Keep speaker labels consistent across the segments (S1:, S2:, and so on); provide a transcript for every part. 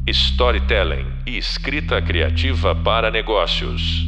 S1: Storytelling e escrita criativa para negócios.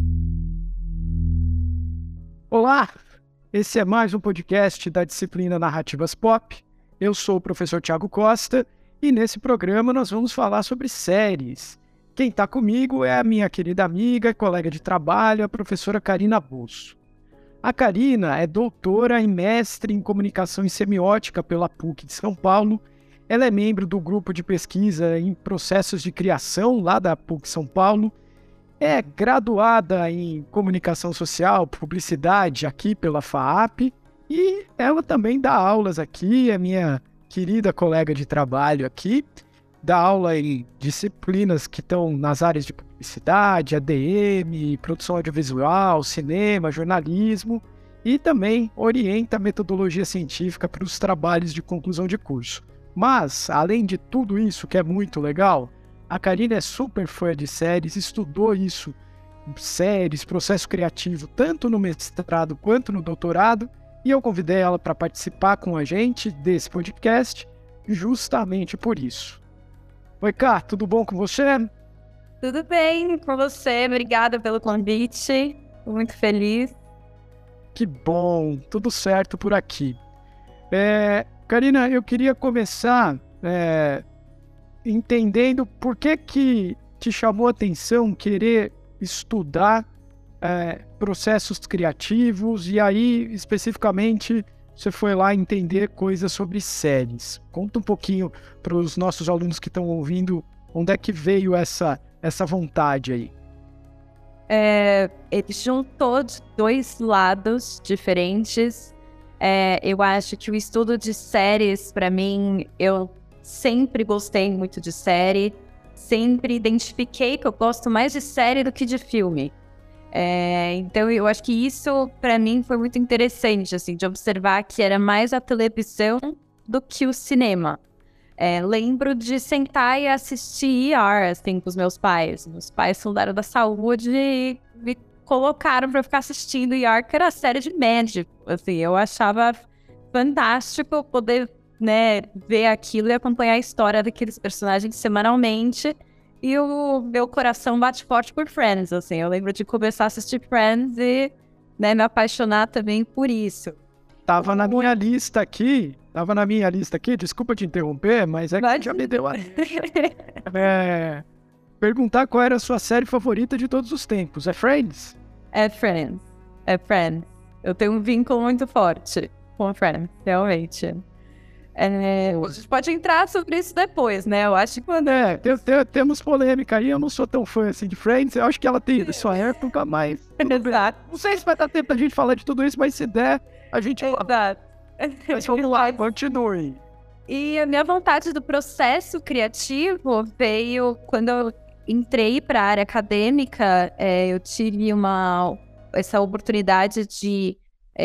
S2: Olá, esse é mais um podcast da disciplina Narrativas Pop. Eu sou o professor Thiago Costa e nesse programa nós vamos falar sobre séries. Quem está comigo é a minha querida amiga e colega de trabalho, a professora Karina Busso. A Karina é doutora e mestre em comunicação e semiótica pela PUC de São Paulo. Ela é membro do grupo de pesquisa em processos de criação lá da PUC São Paulo. É graduada em comunicação social, publicidade aqui pela FAAP. E ela também dá aulas aqui, é minha querida colega de trabalho aqui. Dá aula em disciplinas que estão nas áreas de publicidade, ADM, produção audiovisual, cinema, jornalismo e também orienta a metodologia científica para os trabalhos de conclusão de curso. Mas, além de tudo isso, que é muito legal, a Karina é super fã de séries, estudou isso, séries, processo criativo, tanto no mestrado quanto no doutorado, e eu convidei ela para participar com a gente desse podcast justamente por isso. Oi, Cá, tudo bom com você?
S3: Tudo bem com você, obrigada pelo convite, estou muito feliz.
S2: Que bom, tudo certo por aqui. Karina, eu queria começar entendendo por que te chamou a atenção querer estudar processos criativos e aí, especificamente, você foi lá entender coisas sobre séries. Conta um pouquinho para os nossos alunos que estão ouvindo onde é que veio essa vontade aí.
S3: Ele juntou dois lados diferentes. Eu acho que o estudo de séries, para mim, eu sempre gostei muito de série, sempre identifiquei que eu gosto mais de série do que de filme. Então eu acho que isso para mim foi muito interessante, assim, de observar que era mais a televisão do que o cinema. Lembro de sentar e assistir ER, assim, com os meus pais. Meus pais são da área da saúde e me colocaram para ficar assistindo ER, que era a série de médico. Assim, eu achava fantástico poder, né, ver aquilo e acompanhar a história daqueles personagens semanalmente. E o meu coração bate forte por Friends, assim. Eu lembro de começar a assistir Friends e, né, me apaixonar também por isso.
S2: Tava na minha lista aqui, desculpa te interromper, mas que já me deu a... Perguntar qual era a sua série favorita de todos os tempos. É Friends?
S3: É Friends. Eu tenho um vínculo muito forte com Friends, realmente. A gente pode entrar sobre isso depois, né? Eu acho que...
S2: Temos polêmica aí, eu não sou tão fã assim de Friends, eu acho que ela tem sua época, mas...
S3: Exato.
S2: Não sei se vai dar tempo da gente falar de tudo isso, mas se der, a gente...
S3: Exato.
S2: Mas vamos lá, continue.
S3: E a minha vontade do processo criativo veio quando eu entrei para a área acadêmica. Eu tive essa oportunidade de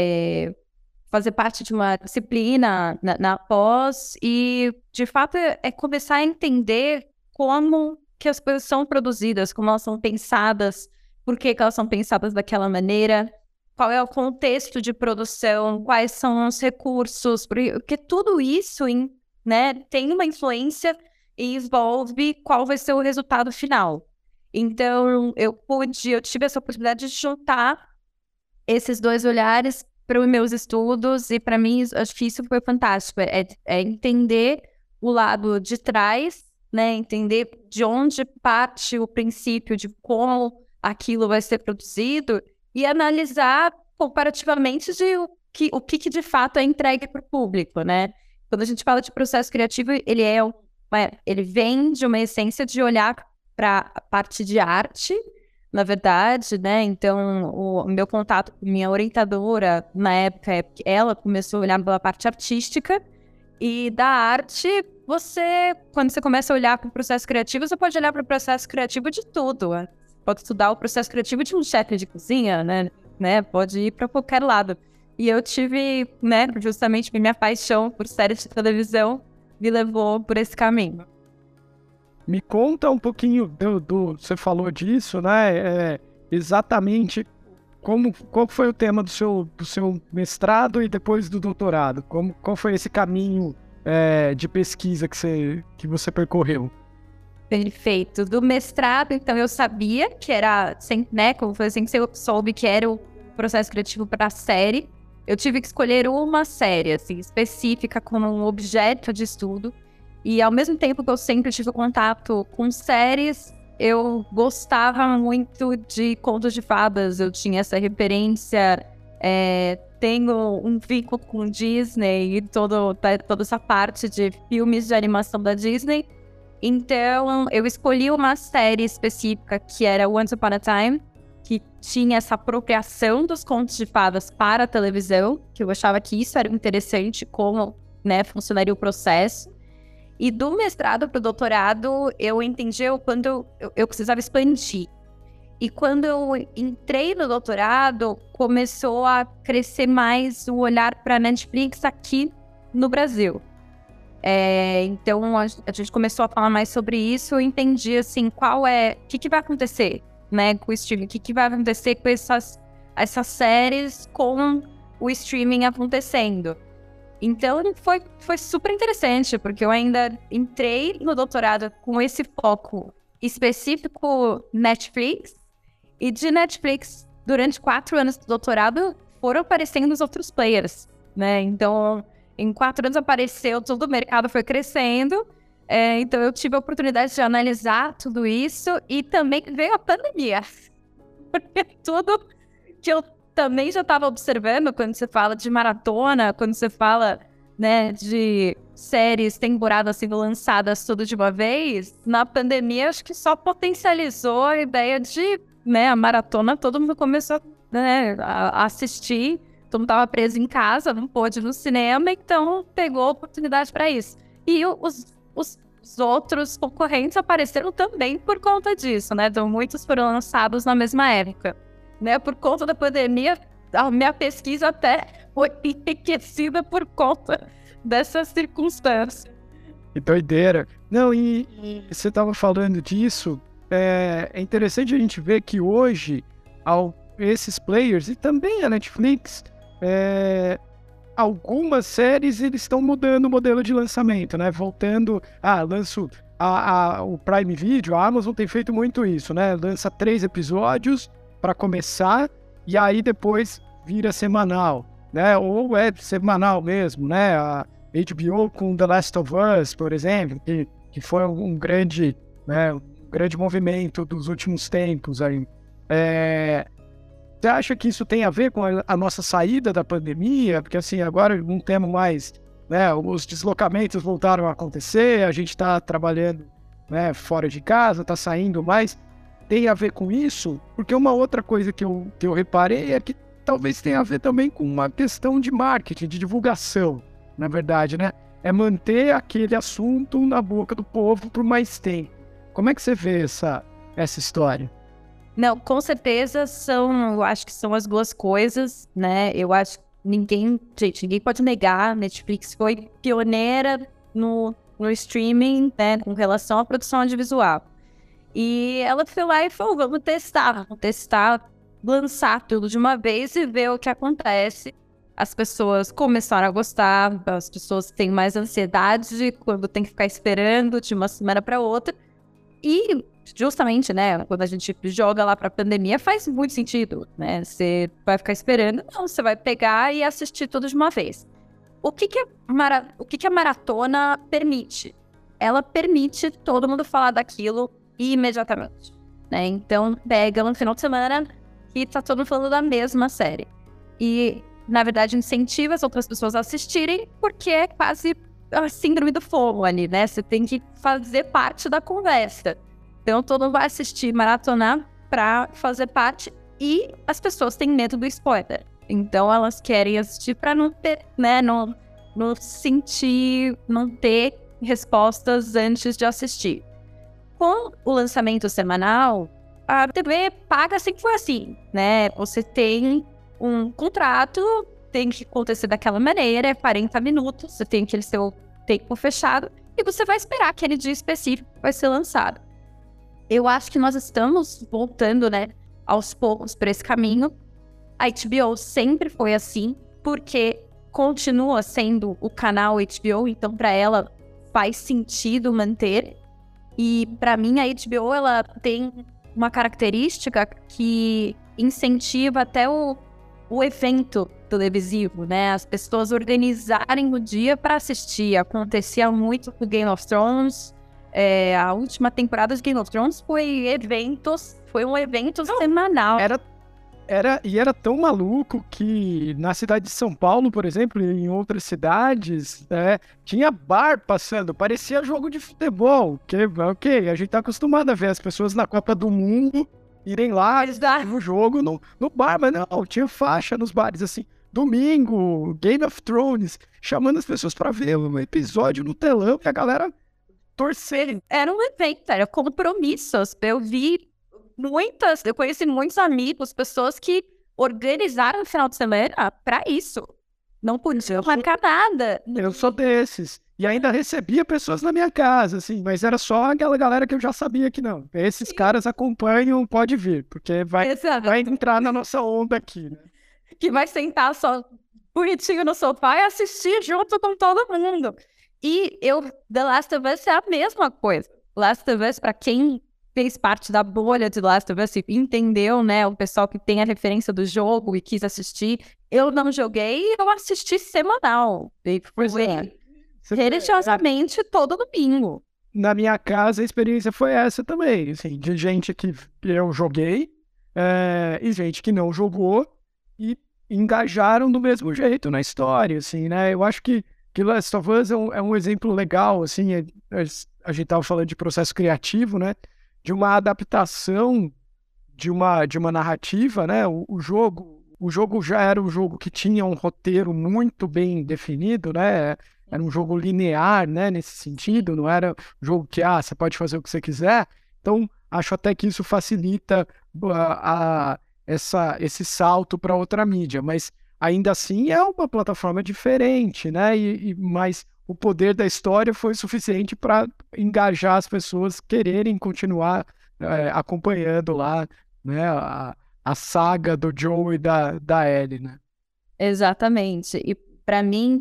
S3: fazer parte de uma disciplina na pós e, de fato, começar a entender como que as coisas são produzidas, como elas são pensadas, por que elas são pensadas daquela maneira, qual é o contexto de produção, quais são os recursos, porque tudo isso, né, tem uma influência e envolve qual vai ser o resultado final. Então, eu tive essa oportunidade de juntar esses dois olhares para os meus estudos e, para mim, acho que isso foi fantástico. É entender o lado de trás, né, entender de onde parte o princípio de como aquilo vai ser produzido e analisar comparativamente o que de fato é entregue para o público, né? Quando a gente fala de processo criativo, ele vem de uma essência de olhar para a parte de arte, na verdade, né? Então, o meu contato com minha orientadora, na época, ela começou a olhar pela parte artística e da arte, quando você começa a olhar para o processo criativo, você pode olhar para o processo criativo de tudo. Pode estudar o processo criativo de um chefe de cozinha, né? Pode ir para qualquer lado. E eu tive, né, justamente minha paixão por séries de televisão me levou por esse caminho.
S2: Me conta um pouquinho você falou disso, né? Exatamente qual foi o tema do seu mestrado e depois do doutorado? Qual foi esse caminho de pesquisa que você percorreu?
S3: Perfeito. Do mestrado, então, eu sabia que era, né, como foi assim que eu soube que era o processo criativo para a série. Eu tive que escolher uma série, assim, específica, com um objeto de estudo. E, ao mesmo tempo que eu sempre tive contato com séries, eu gostava muito de contos de fadas. Eu tinha essa referência, tenho um vínculo com Disney e toda essa parte de filmes de animação da Disney. Então, eu escolhi uma série específica que era Once Upon a Time, que tinha essa apropriação dos contos de fadas para a televisão, que eu achava que isso era interessante, como, né, funcionaria o processo. E do mestrado para o doutorado, eu entendi o quanto eu precisava expandir. E quando eu entrei no doutorado, começou a crescer mais o olhar para a Netflix aqui no Brasil. Então, a gente começou a falar mais sobre isso. Eu entendi, assim, o que vai acontecer, né, com o streaming, o que vai acontecer com essas séries com o streaming acontecendo. Então, foi super interessante, porque eu ainda entrei no doutorado com esse foco específico Netflix, e de Netflix, durante 4 anos do doutorado, foram aparecendo os outros players, né? Então, em 4 anos apareceu, todo o mercado foi crescendo, então eu tive a oportunidade de analisar tudo isso, e também veio a pandemia, porque tudo que eu também já estava observando quando você fala de maratona, quando você fala, né, de séries, temporadas sendo lançadas tudo de uma vez, na pandemia acho que só potencializou a ideia de, né, a maratona, todo mundo começou, né, a assistir, todo mundo estava preso em casa, não pôde ir no cinema, então pegou a oportunidade para isso. E os outros concorrentes apareceram também por conta disso, né, então muitos foram lançados na mesma época. Né, por conta da pandemia, a minha pesquisa até foi enriquecida por conta dessa circunstância.
S2: Que doideira. Não, e você estava falando disso, é interessante a gente ver que hoje, esses players, e também a Netflix, algumas séries eles estão mudando o modelo de lançamento, né? Voltando, lanço o Prime Video, a Amazon tem feito muito isso, né? Lança 3 episódios para começar, e aí depois vira semanal, né? Ou é semanal mesmo, né? A HBO com The Last of Us, por exemplo, que foi um grande movimento dos últimos tempos aí. Você acha que isso tem a ver com a nossa saída da pandemia? Porque assim, agora não temos mais, né? Os deslocamentos voltaram a acontecer, a gente está trabalhando, né, fora de casa, está saindo mais. Tem a ver com isso? Porque uma outra coisa que eu reparei é que talvez tenha a ver também com uma questão de marketing, de divulgação, na verdade, né? É manter aquele assunto na boca do povo por mais tempo. Como é que você vê essa história?
S3: Não, com certeza eu acho que são as duas coisas, né? Eu acho que ninguém pode negar, a Netflix foi pioneira no streaming, né, com relação à produção audiovisual. E ela foi lá e falou, vamos testar, lançar tudo de uma vez e ver o que acontece. As pessoas começaram a gostar, as pessoas têm mais ansiedade quando tem que ficar esperando de uma semana para outra. E justamente, né, quando a gente joga lá para a pandemia, faz muito sentido, né? Você vai ficar esperando, não, você vai pegar e assistir tudo de uma vez. O que a maratona permite? Ela permite todo mundo falar daquilo imediatamente, né? Então, pega no final de semana e tá todo mundo falando da mesma série. E, na verdade, incentiva as outras pessoas a assistirem, porque é quase a síndrome do FOMO ali, né? Você tem que fazer parte da conversa. Então, todo mundo vai assistir, maratonar pra fazer parte, e as pessoas têm medo do spoiler. Então, elas querem assistir pra não ter, né? Não sentir, não ter respostas antes de assistir. Com o lançamento semanal, a TV paga sempre foi assim, né? Você tem um contrato, tem que acontecer daquela maneira, 40 minutos, você tem aquele seu tempo fechado, e você vai esperar aquele dia específico que vai ser lançado. Eu acho que nós estamos voltando, né, aos poucos para esse caminho. A HBO sempre foi assim, porque continua sendo o canal HBO, então para ela faz sentido manter. E pra mim a HBO, ela tem uma característica que incentiva até o evento televisivo, né? As pessoas organizarem o dia para assistir. Acontecia muito com Game of Thrones. A última temporada de Game of Thrones foi um evento semanal.
S2: Era tão maluco que na cidade de São Paulo, por exemplo, e em outras cidades, tinha bar passando, parecia jogo de futebol. Ok, a gente tá acostumado a ver as pessoas na Copa do Mundo irem lá no jogo, no bar, mas não, tinha faixa nos bares, assim, domingo, Game of Thrones, chamando as pessoas pra ver um episódio no telão e a galera torcendo.
S3: Era um evento, era compromissos. Eu conheci muitos amigos, pessoas que organizaram o final de semana pra isso. Não podiam marcar nada.
S2: Eu sou desses. E ainda recebia pessoas na minha casa, assim, mas era só aquela galera que eu já sabia que não. Esses caras acompanham, pode vir, porque vai entrar na nossa onda aqui, né?
S3: Que vai sentar só bonitinho no sofá e assistir junto com todo mundo. E The Last of Us é a mesma coisa. Last of Us, pra quem fez parte da bolha de Last of Us e entendeu, né, o pessoal que tem a referência do jogo e quis assistir, eu não joguei, eu assisti semanal. Religiosamente todo domingo.
S2: Na minha casa a experiência foi essa também, assim, de gente que eu joguei e gente que não jogou e engajaram do mesmo jeito na história, assim, né? Eu acho que Last of Us é um exemplo legal, assim, a gente estava falando de processo criativo, né? De uma adaptação de uma narrativa, né? O jogo já era um jogo que tinha um roteiro muito bem definido, né? Era um jogo linear, né? Nesse sentido, não era um jogo que, você pode fazer o que você quiser. Então, acho até que isso facilita esse salto para outra mídia, mas ainda assim é uma plataforma diferente, né? Mas o poder da história foi suficiente para engajar as pessoas quererem continuar acompanhando lá, né? A saga do Joe e da Ellie, né?
S3: Exatamente. E para mim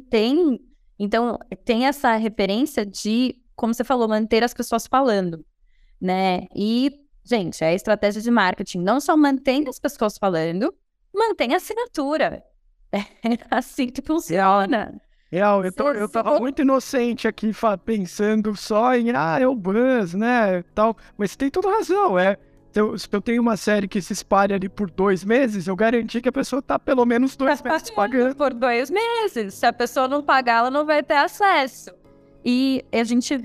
S3: tem essa referência de, como você falou, manter as pessoas falando, né? E, gente, a estratégia de marketing não só mantém as pessoas falando, mantém a assinatura. É assim que funciona.
S2: Eu tava muito inocente aqui pensando só em, é o buzz, né, tal, mas tem toda razão, se eu tenho uma série que se espalha ali por 2 meses, eu garanti que a pessoa tá pelo menos 2 meses pagando.
S3: Por 2 meses, se a pessoa não pagar, ela não vai ter acesso. E a gente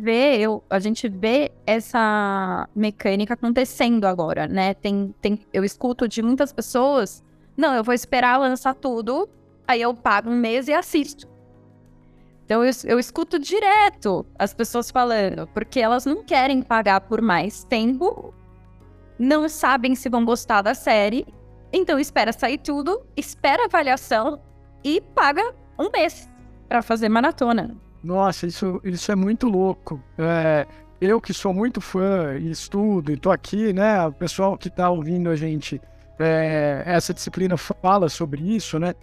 S3: vê essa mecânica acontecendo agora, né, eu escuto de muitas pessoas, não, eu vou esperar lançar tudo, aí eu pago 1 mês e assisto. Então, eu escuto direto as pessoas falando, porque elas não querem pagar por mais tempo, não sabem se vão gostar da série, então espera sair tudo, espera a avaliação e paga 1 mês para fazer maratona.
S2: Nossa, isso é muito louco. Eu que sou muito fã e estudo e tô aqui, né, o pessoal que tá ouvindo a gente, essa disciplina fala sobre isso, né,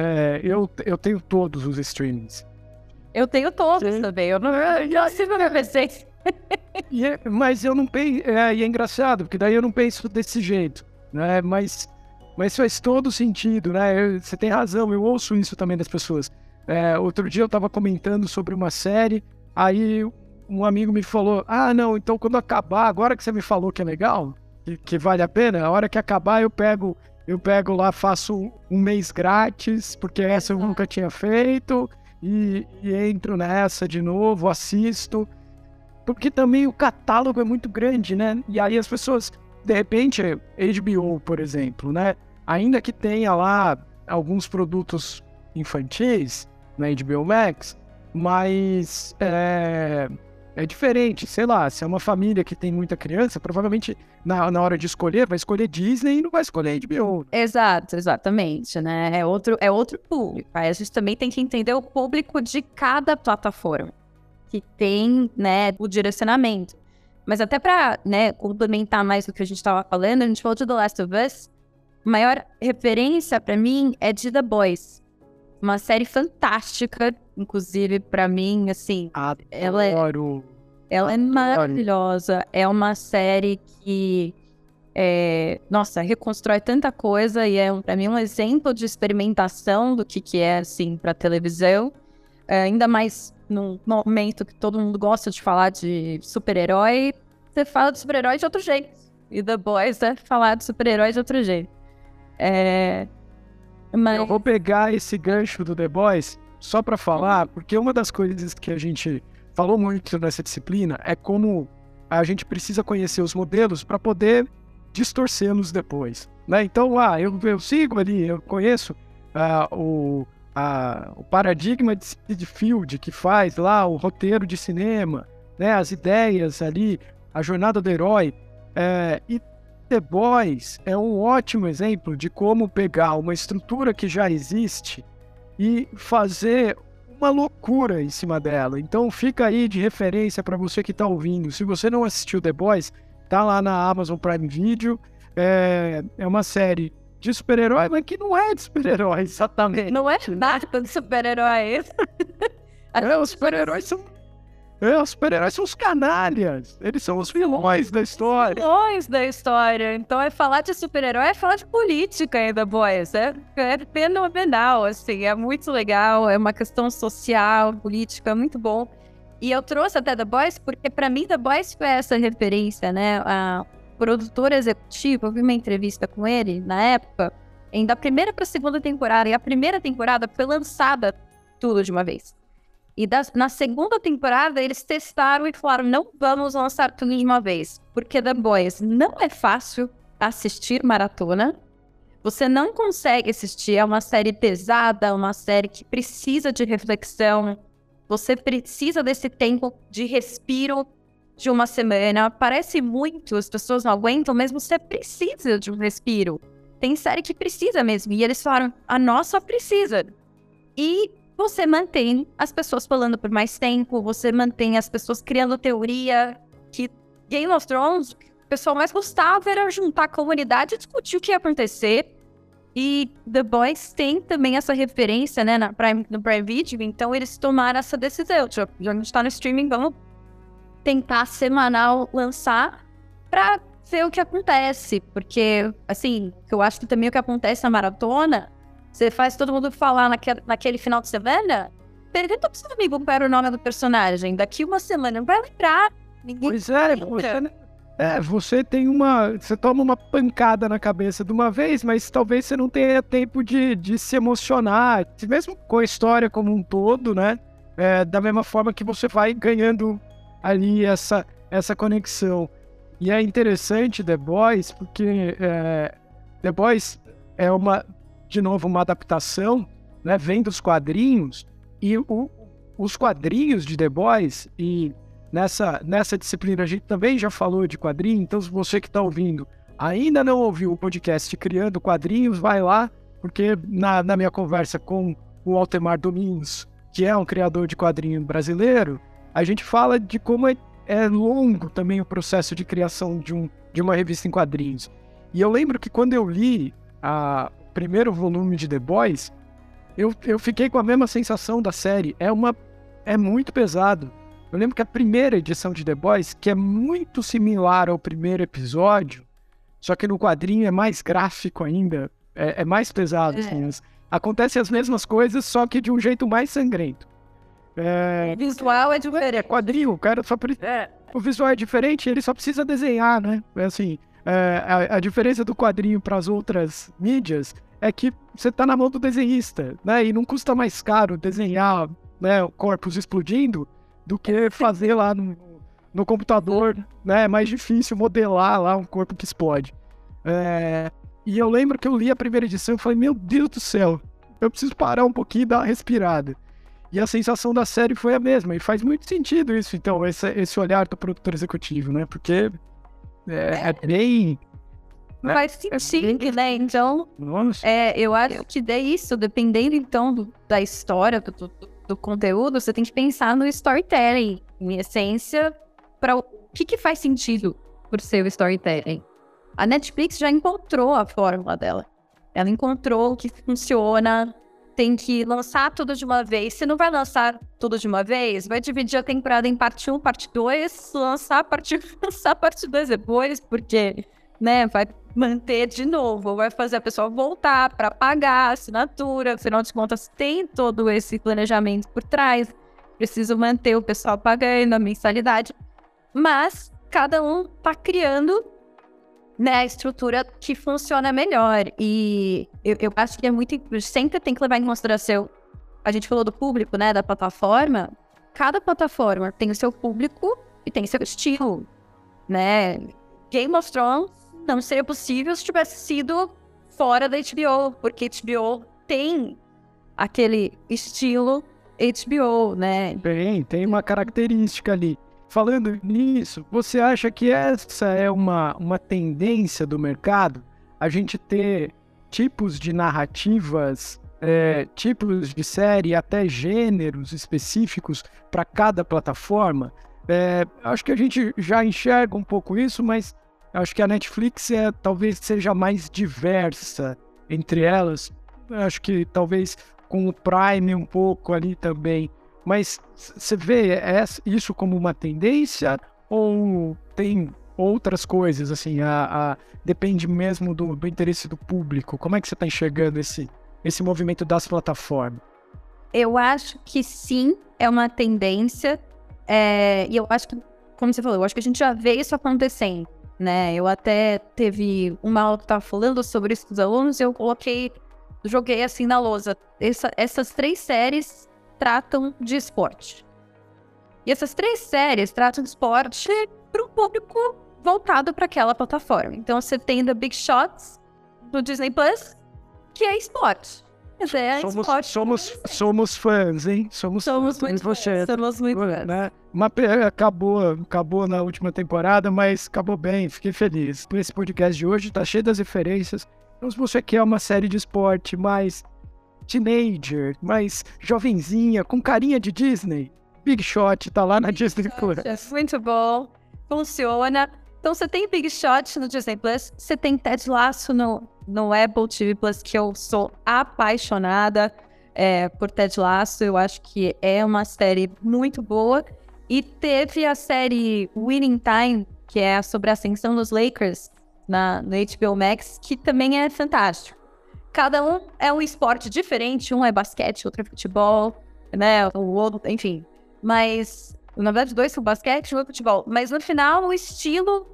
S2: eu tenho todos os streamings.
S3: Eu tenho todos também, eu não assino na PC.
S2: Mas eu não penso, e é engraçado, porque daí eu não penso desse jeito, né? Mas faz todo sentido, né? Você tem razão, eu ouço isso também das pessoas. Outro dia eu estava comentando sobre uma série, aí um amigo me falou, não, então quando acabar, agora que você me falou que é legal, que vale a pena, a hora que acabar eu pego lá, faço 1 mês grátis, porque essa eu nunca tinha feito, e entro nessa de novo, assisto, porque também o catálogo é muito grande, né? E aí as pessoas, de repente, HBO, por exemplo, né? Ainda que tenha lá alguns produtos infantis na HBO Max, mas é diferente, sei lá, se é uma família que tem muita criança, provavelmente na hora de escolher, vai escolher Disney e não vai escolher HBO.
S3: Exatamente, né? É outro público. Aí a gente também tem que entender o público de cada plataforma que tem, né, o direcionamento. Mas até para, né, complementar mais do que a gente estava falando, a gente falou de The Last of Us, a maior referência para mim é de The Boys. Uma série fantástica, inclusive, pra mim, assim...
S2: Adoro!
S3: Ela é maravilhosa. É uma série que, nossa, reconstrói tanta coisa e pra mim, um exemplo de experimentação do que é, assim, pra televisão. Ainda mais num momento que todo mundo gosta de falar de super-herói, você fala de super-herói de outro jeito. E The Boys é falar de super-herói de outro jeito. Mas...
S2: Eu vou pegar esse gancho do The Boys só para falar, porque uma das coisas que a gente falou muito nessa disciplina é como a gente precisa conhecer os modelos para poder distorcê-los depois, né? Então, eu sigo ali, eu conheço o paradigma de Sid Field, que faz lá o roteiro de cinema, né? As ideias ali, a jornada do herói, e The Boys é um ótimo exemplo de como pegar uma estrutura que já existe e fazer uma loucura em cima dela. Então fica aí de referência para você que está ouvindo. Se você não assistiu The Boys, tá lá na Amazon Prime Video. É uma série de super-herói, mas que não é de super-herói, exatamente.
S3: Não é nada de super-herói.
S2: Os super-heróis são os canalhas. Eles são os vilões da história.
S3: Vilões da história. Então, falar de super-herói é falar de política ainda, boys. É fenomenal, assim. É muito legal. É uma questão social, política, é muito bom. E eu trouxe até The Boys porque, pra mim, The Boys foi essa referência, né? A produtor executivo, eu vi uma entrevista com ele, na época, da primeira pra segunda temporada. E a primeira temporada foi lançada tudo de uma vez. E na segunda temporada, eles testaram e falaram, não vamos lançar tudo de uma vez. Porque The Boys não é fácil assistir maratona. Você não consegue assistir, é uma série pesada, uma série que precisa de reflexão. Você precisa desse tempo de respiro de uma semana. Parece muito, as pessoas não aguentam, mas você precisa de um respiro. Tem série que precisa mesmo. E eles falaram, a nossa precisa. E você mantém as pessoas falando por mais tempo, você mantém as pessoas criando teoria, que Game of Thrones, o pessoal mais gostava era juntar a comunidade e discutir o que ia acontecer. E The Boys tem também essa referência, né, no Prime Video, então eles tomaram essa decisão. Já a gente tá no streaming, vamos tentar semanal lançar pra ver o que acontece. Porque, assim, eu acho que também o que acontece na maratona... Você faz todo mundo falar naquele final de semana, pergunta pro seu amigo qual era o nome do personagem. Daqui uma semana não vai lembrar. Ninguém
S2: pois você tem você toma uma pancada na cabeça de uma vez, mas talvez você não tenha tempo de se emocionar, mesmo com a história como um todo, né? Da mesma forma que você vai ganhando ali essa conexão. E é interessante The Boys, porque The Boys é de novo, uma adaptação, né, vem dos quadrinhos, e os quadrinhos de The Boys, e nessa disciplina a gente também já falou de quadrinhos, então se você que está ouvindo ainda não ouviu o podcast Criando Quadrinhos, vai lá, porque na minha conversa com o Altemar Domingos, que é um criador de quadrinho brasileiro, a gente fala de como é longo também o processo de criação de uma revista em quadrinhos. E eu lembro que quando eu li primeiro volume de The Boys, eu fiquei com a mesma sensação da série. É muito pesado. Eu lembro que a primeira edição de The Boys, que é muito similar ao primeiro episódio, só que no quadrinho é mais gráfico ainda, é mais pesado. Assim, acontecem as mesmas coisas, só que de um jeito mais sangrento.
S3: O visual é diferente.
S2: Quadrinho, o cara só o visual é diferente, ele só precisa desenhar, né? Assim, a diferença do quadrinho para as outras mídias é que você tá na mão do desenhista, né? E não custa mais caro desenhar, né, corpos explodindo do que fazer lá no computador, né? É mais difícil modelar lá um corpo que explode. E eu lembro que eu li a primeira edição e falei, meu Deus do céu, eu preciso parar um pouquinho e dar uma respirada. E a sensação da série foi a mesma, e faz muito sentido isso, então, esse olhar do produtor executivo, né? Porque é bem...
S3: Faz sentido, né? Então, eu acho que é isso, dependendo, então, da história, do conteúdo, você tem que pensar no storytelling, em essência, para o que faz sentido por ser o storytelling. A Netflix já encontrou a fórmula dela. Ela encontrou o que funciona, tem que lançar tudo de uma vez. Se não vai lançar tudo de uma vez, vai dividir a temporada em parte 1, parte 2, lançar a parte 2 depois, porque, né, vai manter de novo, vai fazer a pessoa voltar para pagar a assinatura, afinal de contas tem todo esse planejamento por trás, preciso manter o pessoal pagando a mensalidade, mas cada um tá criando, né, a estrutura que funciona melhor. E eu acho que é muito... Sempre tem que levar em consideração... A gente falou do público, né, da plataforma. Cada plataforma tem o seu público e tem o seu estilo, né? Game of Thrones não seria possível se tivesse sido fora da HBO, porque HBO tem aquele estilo HBO, né?
S2: Tem uma característica ali. Falando nisso, você acha que essa é uma tendência do mercado? A gente ter tipos de narrativas, tipos de série, até gêneros específicos para cada plataforma? Acho que a gente já enxerga um pouco isso, mas acho que a Netflix talvez seja mais diversa entre elas. Acho que talvez com o Prime um pouco ali também. Mas você vê isso como uma tendência ou tem outras coisas, assim, depende mesmo do interesse do público? Como é que você está enxergando esse movimento das plataformas?
S3: Eu acho que sim, é uma tendência, e eu acho que, como você falou, eu acho que a gente já vê isso acontecendo, né? Eu até teve uma aula que estava falando sobre isso com os alunos e eu joguei assim na lousa. Essas 3 séries tratam de esporte. E essas 3 séries tratam de esporte para um público voltado para aquela plataforma. Então você tem The Big Shots do Disney Plus, que é esporte.
S2: Somos fãs, hein? Somos
S3: muito fãs. Somos muito fãs.
S2: Né? Acabou na última temporada, mas acabou bem, fiquei feliz. Esse podcast de hoje tá cheio das referências. Então, se você quer uma série de esporte mais teenager, mais jovenzinha, com carinha de Disney, Big Shot tá lá na Disney Plus.
S3: Muito bom, funciona. Então você tem Big Shot no Disney Plus, você tem Ted Lasso no Apple TV Plus, que eu sou apaixonada por Ted Lasso. Eu acho que é uma série muito boa. E teve a série Winning Time, que é sobre a ascensão dos Lakers no HBO Max, que também é fantástico. Cada um é um esporte diferente, um é basquete, outro é futebol, né, o outro, enfim. Mas, na verdade, 2 são basquete e um é futebol. Mas, no final, o estilo,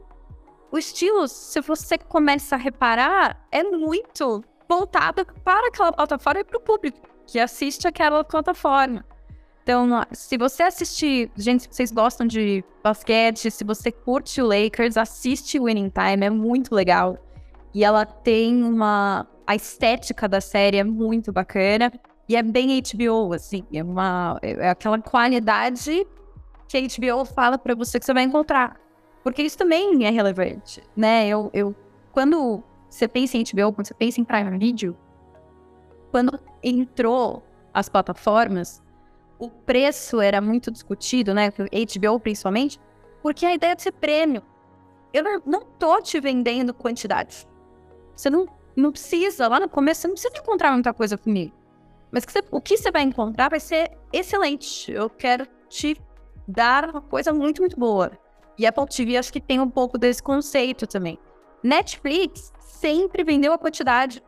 S3: se você começa a reparar, é muito voltado para aquela plataforma e para o público que assiste aquela plataforma. Então, se você assistir... Gente, se vocês gostam de basquete, se você curte o Lakers, assiste Winning Time, é muito legal. E ela tem a estética da série é muito bacana. E é bem HBO, assim. É aquela qualidade que a HBO fala pra você que você vai encontrar. Porque isso também é relevante, né? Quando você pensa em HBO, quando você pensa em Prime Video, quando entrou as plataformas, o preço era muito discutido, né? HBO principalmente, porque a ideia de ser prêmio. Eu não tô te vendendo quantidade. Você não precisa, lá no começo, você não precisa encontrar muita coisa comigo. Mas o que você vai encontrar vai ser excelente. Eu quero te dar uma coisa muito, muito boa. E a Apple TV acho que tem um pouco desse conceito também. Netflix sempre vendeu a quantidade.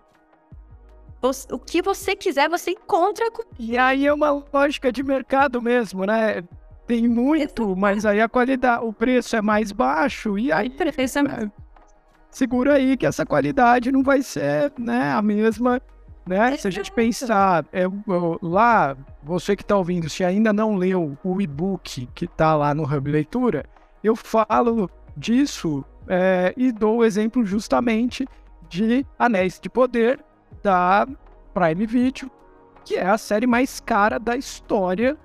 S3: O que você quiser, você encontra.
S2: E aí é uma lógica de mercado mesmo, né? Tem muito, mas aí a qualidade, o preço é mais baixo. E aí, segura aí que essa qualidade não vai ser, né, a mesma, né? Se a gente pensar lá, você que está ouvindo, se ainda não leu o e-book que está lá no Hub Leitura, eu falo disso e dou o exemplo justamente de Anéis de Poder, da Prime Video, que é a série mais cara da história.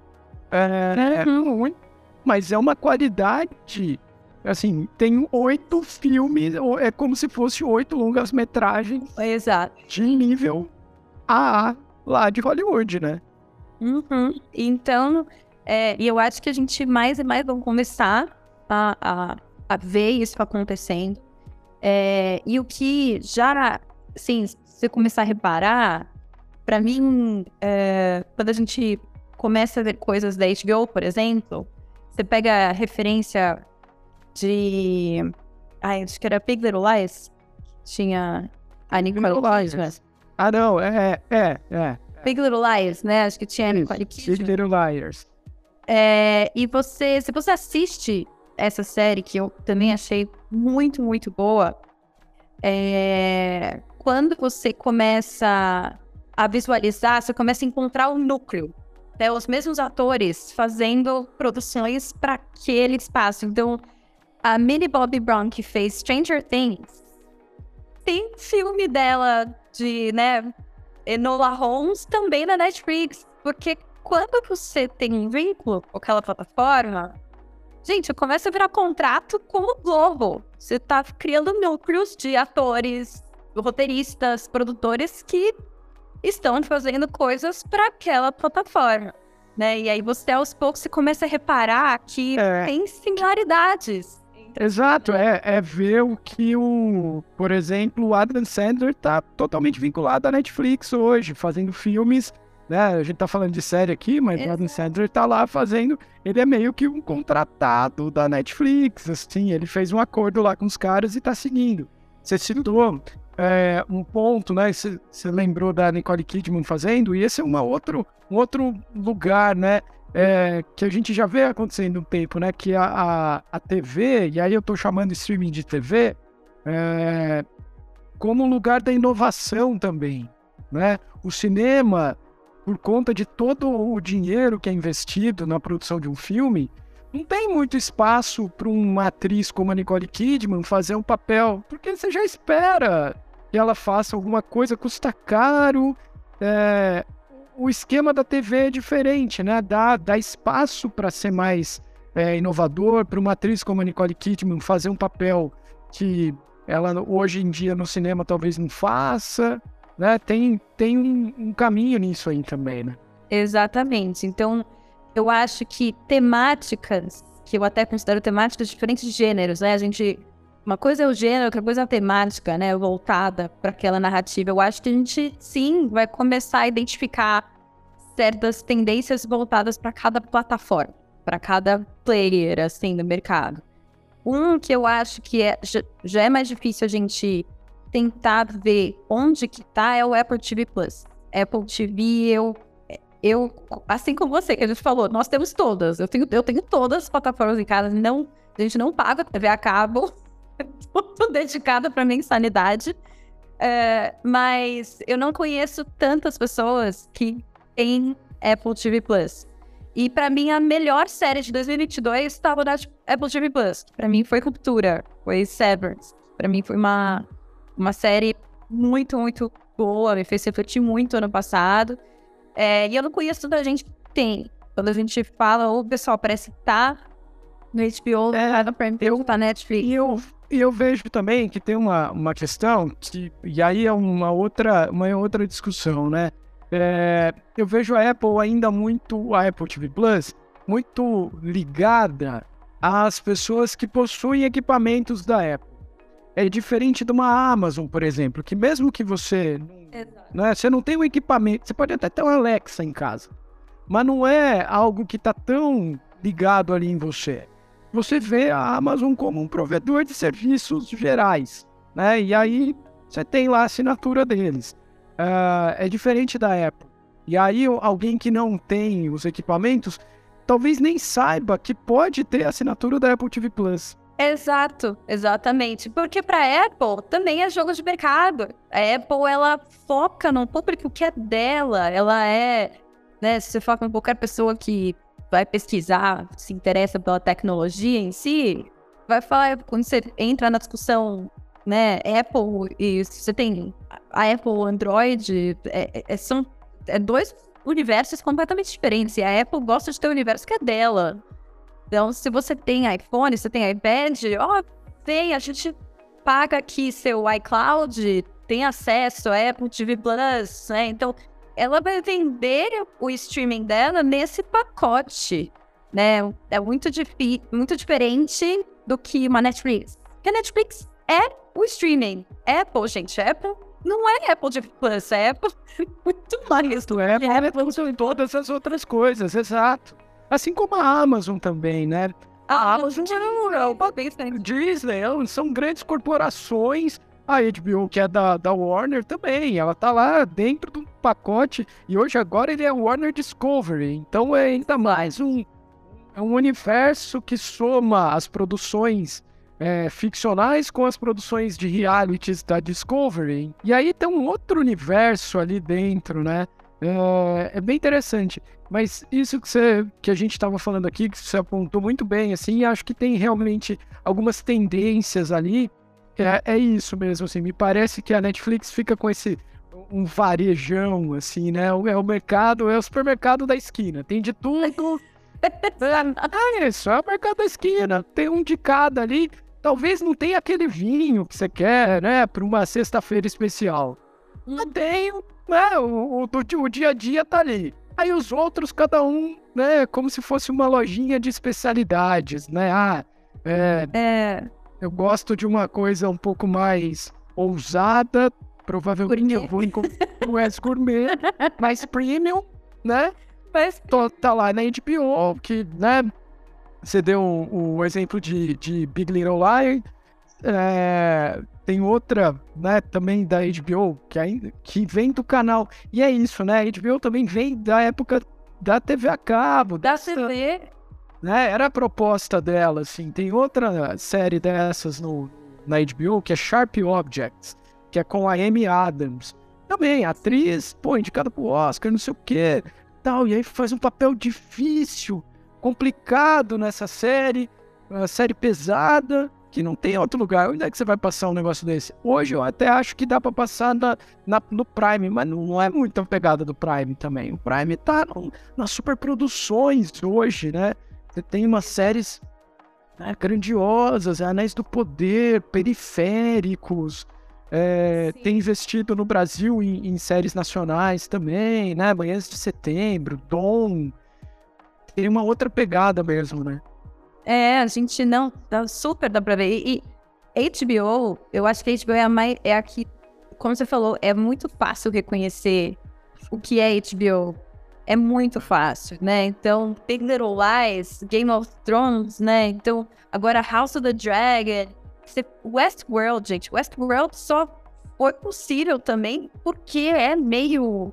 S2: Mas é uma qualidade, assim, tem 8 filmes, é como se fosse 8 longas-metragens.
S3: Exato.
S2: De nível AA lá de Hollywood, né?
S3: Então, e eu acho que a gente mais e mais vamos começar a ver isso acontecendo. E o que já, assim, se você começar a reparar, Pra mim, quando a gente começa a ver coisas da HBO, por exemplo, você pega a referência de... acho que era Big Little Lies. Tinha a Nicole Kidman.
S2: Ah, não,
S3: Big Little Lies, né? Acho que tinha a Nicole
S2: Big
S3: Kidman.
S2: Little Liars.
S3: E se você assiste essa série, que eu também achei muito, muito boa, quando você começa a visualizar, você começa a encontrar o núcleo, né? Os mesmos atores fazendo produções para aquele espaço. Então, a Millie Bobby Brown, que fez Stranger Things, tem filme dela de, né, Enola Holmes também na Netflix, porque quando você tem um vínculo com aquela plataforma, gente, começa a virar contrato com o Globo. Você tá criando núcleos de atores, roteiristas, produtores que estão fazendo coisas para aquela plataforma, né? E aí você, aos poucos, você começa a reparar que tem similaridades.
S2: Exato, é ver o que por exemplo, o Adam Sandler tá totalmente vinculado à Netflix hoje, fazendo filmes, né? A gente tá falando de série aqui, mas o Adam Sandler tá lá fazendo, ele é meio que um contratado da Netflix, assim, ele fez um acordo lá com os caras e tá seguindo. Você citou um ponto, né? Você lembrou da Nicole Kidman fazendo, e esse é um outro lugar, né? Que a gente já vê acontecendo um tempo, né? Que a TV, e aí eu tô chamando streaming de TV, como um lugar da inovação também, né? O cinema, por conta de todo o dinheiro que é investido na produção de um filme, não tem muito espaço para uma atriz como a Nicole Kidman fazer um papel, porque você já espera que ela faça alguma coisa, custa caro, o esquema da TV é diferente, né? Dá espaço para ser mais inovador, para uma atriz como a Nicole Kidman fazer um papel que ela hoje em dia no cinema talvez não faça, né? Tem um caminho nisso aí também, né?
S3: Exatamente. Então, eu acho que temáticas, que eu até considero temáticas de diferentes gêneros, né? Uma coisa é o gênero, outra coisa é a temática, né? Voltada para aquela narrativa. Eu acho que a gente, sim, vai começar a identificar certas tendências voltadas para cada plataforma, para cada player, assim, do mercado. Que eu acho que já é mais difícil a gente tentar ver onde que tá é o Apple TV+. Apple TV, eu assim como você, que a gente falou, nós temos todas. Eu tenho todas as plataformas em casa. A gente não paga TV a cabo. Tudo dedicado para minha insanidade. Mas eu não conheço tantas pessoas que têm Apple TV+. E para mim, a melhor série de 2022 estava na Apple TV+. Para mim foi Ruptura, foi Severance. Para mim foi uma série muito, muito boa, me fez refletir muito ano passado. E eu não conheço tanta gente que tem. Quando a gente fala, o pessoal parece que tá no HBO, tá no Prime Video, tá na Netflix.
S2: E eu vejo também que tem uma questão, e aí é uma outra discussão, né? Eu vejo a Apple ainda a Apple TV Plus, muito ligada às pessoas que possuem equipamentos da Apple. É diferente de uma Amazon, por exemplo, que mesmo que você não tem um equipamento, você pode até ter um Alexa em casa, mas não é algo que está tão ligado ali em você. Você vê a Amazon como um provedor de serviços gerais, né? E aí você tem lá a assinatura deles. É diferente da Apple. E aí alguém que não tem os equipamentos, talvez nem saiba que pode ter a assinatura da Apple TV Plus.
S3: Exato, exatamente. Porque para a Apple também é jogo de mercado. A Apple, ela foca no público que é dela. Ela né, se você foca em qualquer pessoa que vai pesquisar, se interessa pela tecnologia em si, vai falar, quando você entra na discussão, né, Apple, e você tem a Apple, Android, são dois universos completamente diferentes. E a Apple gosta de ter um universo que é dela. Então, se você tem iPhone, você tem iPad, a gente paga aqui seu iCloud, tem acesso a Apple TV Plus, né? Então, ela vai vender o streaming dela nesse pacote, né? É muito diferente do que uma Netflix. Porque a Netflix é o streaming. Apple, gente, Apple não é Apple TV Plus, é Apple
S2: Isto é, em todas as outras coisas, exato. Assim como a Amazon também, né? A Amazon é uma Disney, são grandes corporações. A HBO, que é da Warner, também. Ela tá lá dentro do pacote. E hoje, agora, ele é Warner Discovery. Então, é ainda mais um universo que soma as produções ficcionais com as produções de realities da Discovery. E aí tem um outro universo ali dentro, né? É bem interessante. Mas isso que a gente estava falando aqui, que você apontou muito bem, assim, acho que tem realmente algumas tendências ali. É isso mesmo, assim, me parece que a Netflix fica com um varejão, assim, né? É o mercado, é o supermercado da esquina, tem de tudo. É isso, é o mercado da esquina, tem um de cada ali. Talvez não tenha aquele vinho que você quer, né, para uma sexta-feira especial. Mas tem, né, o dia a dia tá ali. Aí os outros, cada um, né, como se fosse uma lojinha de especialidades, né? Eu gosto de uma coisa um pouco mais ousada, provavelmente eu vou encontrar gourmet, mais premium, né?
S3: Mas
S2: Tá lá na HBO, que, né, você deu o exemplo de Big Little Lies, tem outra, né, também da HBO, que vem do canal, e é isso, né, a HBO também vem da época da TV a cabo,
S3: da TV,
S2: né, era a proposta dela, assim. Tem outra série dessas na HBO, que é Sharp Objects, que é com a Amy Adams, também, atriz, indicada pro Oscar, não sei o que, tal, e aí faz um papel difícil, complicado nessa série, uma série pesada, que não tem outro lugar. Onde é que você vai passar um negócio desse? Hoje eu até acho que dá pra passar no Prime, mas não é muito a pegada do Prime também. O Prime tá nas superproduções hoje, né? Você tem umas séries, né, grandiosas, Anéis do Poder, Periféricos, tem investido no Brasil em séries nacionais também, né? Manhãs de Setembro, Dom. Tem uma outra pegada mesmo, né?
S3: A gente não, super dá pra ver. E HBO, eu acho que a HBO é a que, como você falou, é muito fácil reconhecer o que é HBO. É muito fácil, né? Então, Big Little Lies, Game of Thrones, né? Então, agora House of the Dragon, Westworld, gente. Westworld só foi possível também porque é meio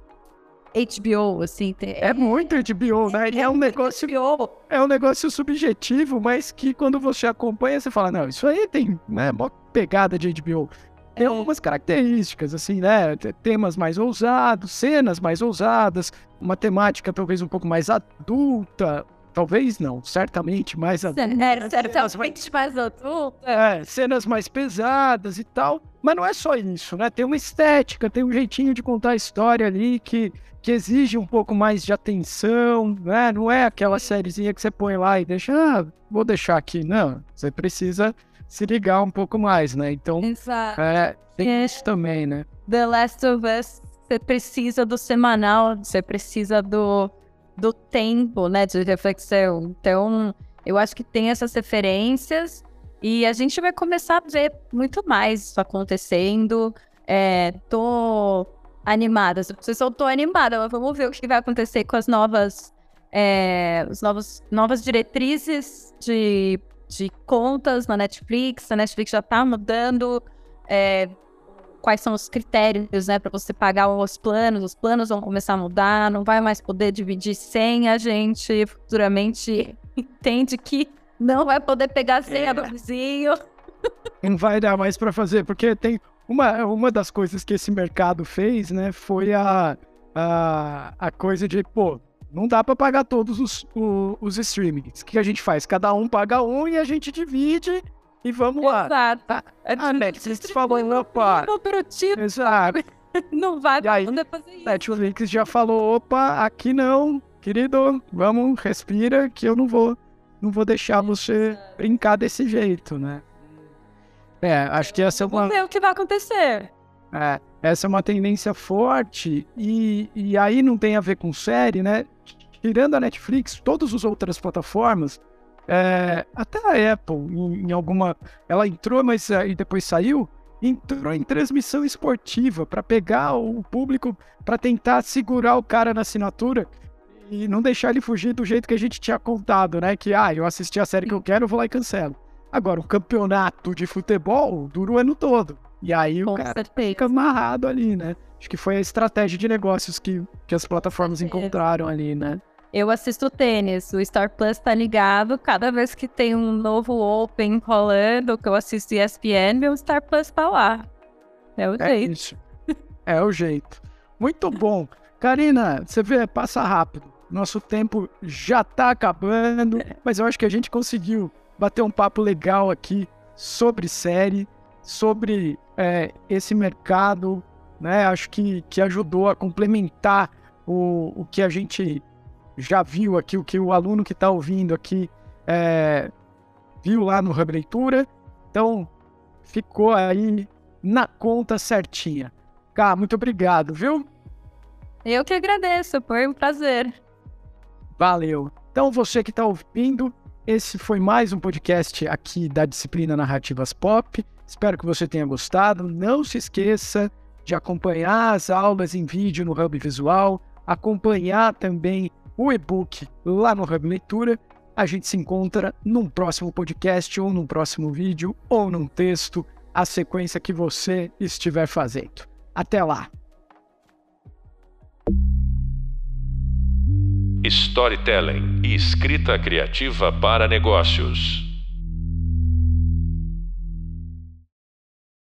S3: HBO, assim.
S2: É muito HBO, né? É um negócio,
S3: HBO.
S2: É um negócio subjetivo, mas que quando você acompanha, você fala, não, isso aí tem, né, uma pegada de HBO. Tem algumas características, assim, né? Temas mais ousados, cenas mais ousadas, uma temática talvez um pouco mais adulta. Talvez não, certamente mais adulta.
S3: Certamente mais adulta.
S2: Cenas mais pesadas e tal. Mas não é só isso, né? Tem uma estética, tem um jeitinho de contar a história ali que exige um pouco mais de atenção, né? Não é aquela sériezinha que você põe lá e deixa, vou deixar aqui. Não, você precisa se ligar um pouco mais, né? Então, tem isso também, né?
S3: The Last of Us, você precisa do semanal, você precisa do tempo, né, de reflexão. Então, eu acho que tem essas referências e a gente vai começar a ver muito mais isso acontecendo. Tô animada, eu tô animada, mas vamos ver o que vai acontecer com as novas diretrizes de contas na Netflix. A Netflix já tá mudando quais são os critérios, né, para você pagar os planos vão começar a mudar, não vai mais poder dividir senha, a gente futuramente entende que não vai poder pegar senha do vizinho.
S2: Não vai dar mais para fazer, porque tem uma das coisas que esse mercado fez, né, foi a coisa de, não dá para pagar todos os streamings. O que a gente faz? Cada um paga um e a gente divide e vamos lá.
S3: Exato.
S2: A Netflix falou, opa. Exato.
S3: Não vai
S2: poder fazer isso. Netflix já falou, opa, aqui não, querido, vamos, respira, que eu não vou deixar você brincar desse jeito, né? Acho que essa é uma...
S3: Vamos ver o que vai acontecer.
S2: Essa é uma tendência forte e aí não tem a ver com série, né? Tirando a Netflix, todas as outras plataformas, até a Apple, em alguma... Ela entrou, mas e depois saiu. entrou em transmissão esportiva para pegar o público, para tentar segurar o cara na assinatura e não deixar ele fugir do jeito que a gente tinha contado, né? Que, eu assisti a série que eu quero, eu vou lá e cancelo. Agora, um campeonato de futebol dura o ano todo. E aí o cara fica amarrado ali, né? Acho que foi a estratégia de negócios que as plataformas encontraram ali, né?
S3: Eu assisto tênis, o Star Plus tá ligado, cada vez que tem um novo Open rolando, que eu assisto ESPN, meu Star Plus tá lá. É o jeito.
S2: Isso. É o jeito. Muito bom. Karina, você vê, passa rápido. Nosso tempo já tá acabando, mas eu acho que a gente conseguiu bater um papo legal aqui sobre série, sobre esse mercado, né? Acho que ajudou a complementar o que a gente já viu aqui, o que o aluno que está ouvindo aqui viu lá no Hub Leitura. Então, ficou aí na conta certinha. Cá, muito obrigado, viu?
S3: Eu que agradeço, foi um prazer.
S2: Valeu. Então, você que está ouvindo, esse foi mais um podcast aqui da disciplina Narrativas Pop. Espero que você tenha gostado. Não se esqueça de acompanhar as aulas em vídeo no Hub Visual, acompanhar também o e-book lá no Hub Leitura. A gente se encontra num próximo podcast, ou num próximo vídeo, ou num texto, a sequência que você estiver fazendo. Até lá!
S1: Storytelling e escrita criativa para negócios.